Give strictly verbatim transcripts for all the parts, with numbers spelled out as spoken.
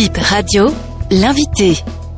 Bip Radio, l'invité.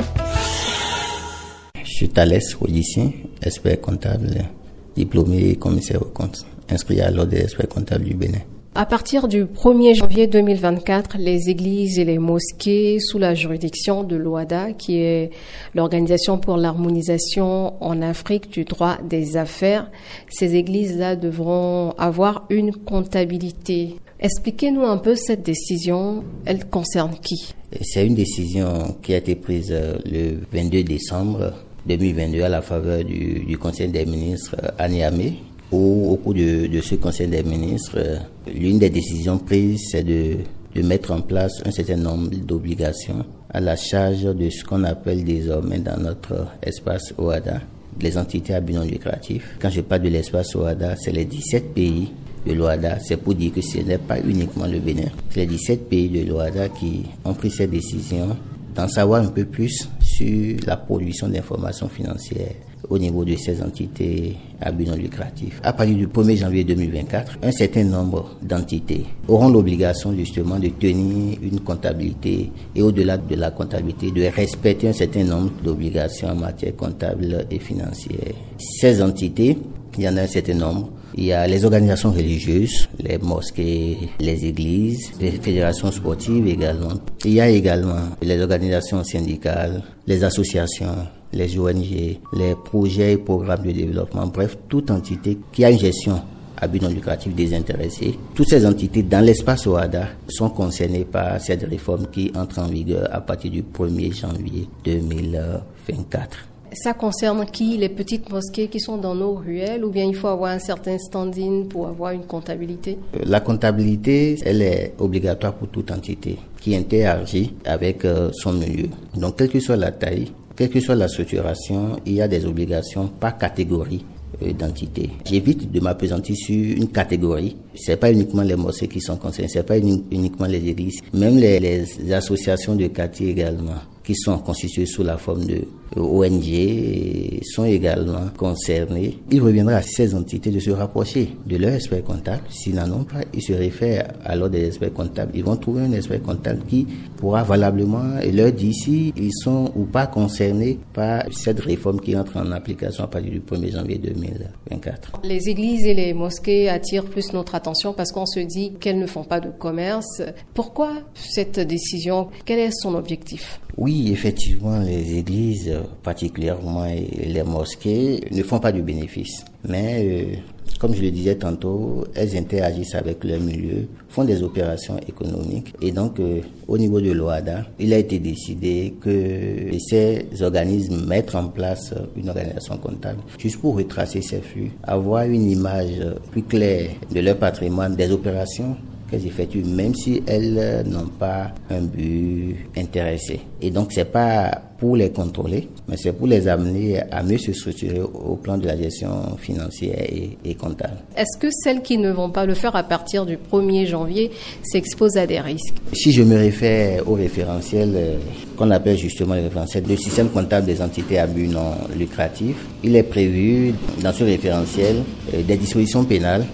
Je suis Thalès Rodicien, expert comptable, diplômé commissaire aux comptes, inscrit à l'ordre des experts comptables du Bénin. À partir du premier janvier deux mille vingt-quatre, les églises et les mosquées sous la juridiction de l'O A D A, qui est l'Organisation pour l'harmonisation en Afrique du droit des affaires, ces églises-là devront avoir une comptabilité. Expliquez-nous un peu cette décision, elle concerne qui? C'est une décision qui a été prise le vingt-deux décembre deux mille vingt-deux à la faveur du, du Conseil des ministres à Niamey. Au, au cours de, de ce Conseil des ministres, l'une des décisions prises, c'est de, de mettre en place un certain nombre d'obligations à la charge de ce qu'on appelle désormais dans notre espace O A D A, les entités à but non lucratif. Quand je parle de l'espace O A D A, c'est les dix-sept pays de l'O A D A. C'est pour dire que ce n'est pas uniquement le Bénin. C'est les dix-sept pays de l'O A D A qui ont pris cette décision d'en savoir un peu plus sur la production d'informations financières au niveau de ces entités à but non lucratif. À partir du premier janvier deux mille vingt-quatre, un certain nombre d'entités auront l'obligation justement de tenir une comptabilité et au-delà de la comptabilité, de respecter un certain nombre d'obligations en matière comptable et financière. Ces entités, il y en a un certain nombre. Il y a les organisations religieuses, les mosquées, les églises, les fédérations sportives également. Il y a également les organisations syndicales, les associations, les O N G, les projets et programmes de développement, bref, toute entité qui a une gestion à but non lucratif désintéressé. Toutes ces entités dans l'espace O A D A sont concernées par cette réforme qui entre en vigueur à partir du premier janvier deux mille vingt-quatre. Ça concerne qui? Les petites mosquées qui sont dans nos ruelles, ou bien il faut avoir un certain standing pour avoir une comptabilité? La comptabilité, elle est obligatoire pour toute entité qui interagit avec euh, son milieu. Donc, quelle que soit la taille, quelle que soit la structuration, il y a des obligations par catégorie euh, d'entité. J'évite de m'appesantir sur une catégorie. C'est pas uniquement les mosquées qui sont concernées, c'est pas uni- uniquement les églises, même les, les associations de quartier également, qui sont constituées sous la forme de O N G, sont également concernés. Il reviendra à ces entités de se rapprocher de leur expert comptable. S'ils n'en ont pas, ils se réfèrent à l'ordre des experts comptables. Ils vont trouver un expert comptable qui pourra valablement leur dire si ils sont ou pas concernés par cette réforme qui entre en application à partir du premier janvier deux mille vingt-quatre. Les églises et les mosquées attirent plus notre attention parce qu'on se dit qu'elles ne font pas de commerce. Pourquoi cette décision? Quel est son objectif? Oui, effectivement, les églises, particulièrement les mosquées, ne font pas de bénéfices. Mais, euh, comme je le disais tantôt, elles interagissent avec leur milieu, font des opérations économiques. Et donc, euh, au niveau de l'O A D A, il a été décidé que ces organismes mettent en place une organisation comptable, juste pour retracer ces flux, avoir une image plus claire de leur patrimoine, des opérations qu'elles effectuent, même si elles n'ont pas un but intéressé. Et donc, c'est pas pour les contrôler, mais c'est pour les amener à mieux se structurer au plan de la gestion financière et, et comptable. Est-ce que celles qui ne vont pas le faire à partir du premier janvier s'exposent à des risques? Si je me réfère au référentiel euh, qu'on appelle justement le référentiel de système comptable des entités à but non lucratif, il est prévu dans ce référentiel euh, des dispositions pénales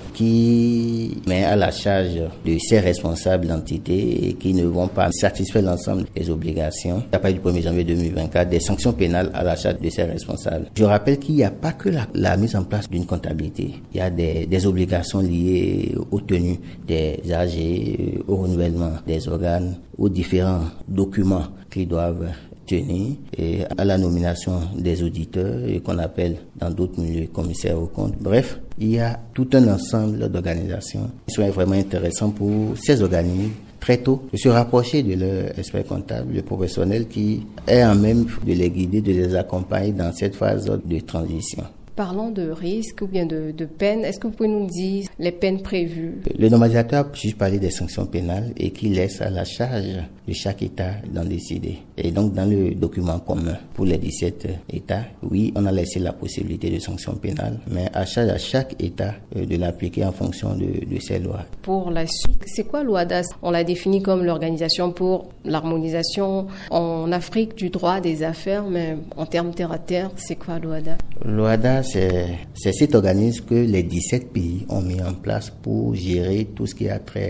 qui mettent à la charge de ces responsables d'entités et qui ne vont pas satisfaire l'ensemble des obligations à partir du premier janvier deux mille vingt-quatre, des sanctions pénales à la charge de ces responsables. Je rappelle qu'il n'y a pas que la, la mise en place d'une comptabilité. Il y a des, des obligations liées aux tenues des A G, au renouvellement des organes, aux différents documents qu'ils doivent tenir et à la nomination des auditeurs et qu'on appelle dans d'autres milieux commissaires aux comptes. Bref, il y a tout un ensemble d'organisations qui sont vraiment intéressants pour ces organismes très tôt de se rapprocher de leur expert comptable, le professionnel qui est en même de les guider, de les accompagner dans cette phase de transition. Parlons de risques ou bien de, de peines. Est-ce que vous pouvez nous dire les peines prévues? Le normalisateur a juste parlé des sanctions pénales et qui laisse à la charge de chaque État d'en décider. Et donc, dans le document commun pour les dix-sept États, oui, on a laissé la possibilité de sanctions pénales, mais à charge à chaque État de l'appliquer en fonction de, de ses lois. Pour la suite, c'est quoi l'O A D A? On l'a défini comme l'Organisation pour l'harmonisation en Afrique du droit des affaires, mais en termes terre à terre, c'est quoi l'O A D A? L'O A D A, c'est, c'est cet organisme que les dix-sept pays ont mis en place pour gérer tout ce qui a trait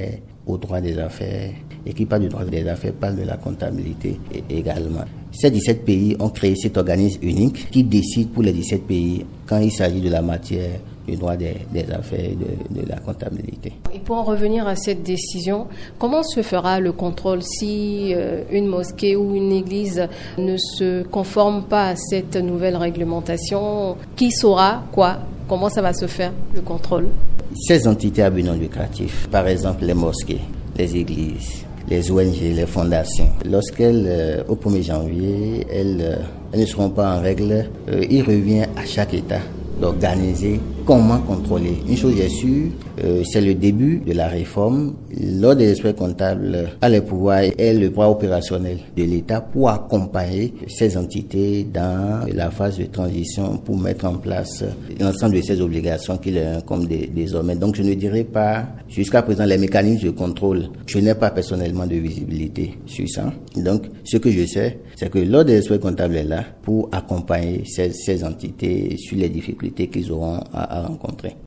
au droit des affaires. Et qui parle du droit des affaires parle de la comptabilité également. Ces dix-sept pays ont créé cet organisme unique qui décide pour les dix-sept pays quand il s'agit de la matière du droit des, des affaires et de, de la comptabilité. Et pour en revenir à cette décision, comment se fera le contrôle si euh, une mosquée ou une église ne se conforme pas à cette nouvelle réglementation? Qui saura quoi? Comment ça va se faire, le contrôle? Ces entités à but non lucratif, par exemple les mosquées, les églises, les O N G, les fondations, lorsqu'elles, euh, au premier janvier, elles, euh, elles ne seront pas en règle, euh, il revient à chaque État d'organiser comment contrôler. Une chose est sûre, euh, c'est le début de la réforme. L'ordre des experts comptables a les pouvoirs et le pouvoir opérationnel de l'État pour accompagner ces entités dans la phase de transition pour mettre en place l'ensemble de ces obligations qui leur incombent désormais. Donc je ne dirais pas, jusqu'à présent, les mécanismes de contrôle, je n'ai pas personnellement de visibilité sur ça. Donc ce que je sais, c'est que l'ordre des experts comptables est là pour accompagner ces, ces entités sur les difficultés qu'ils auront à, à rencontrer.